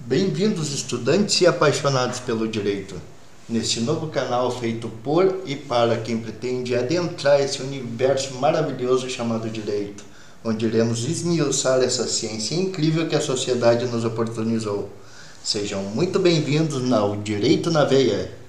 Bem-vindos, estudantes e apaixonados pelo direito. Neste novo canal feito por e para quem pretende adentrar esse universo maravilhoso chamado direito, onde iremos esmiuçar essa ciência incrível que a sociedade nos oportunizou. Sejam muito bem-vindos ao Direito na Veia.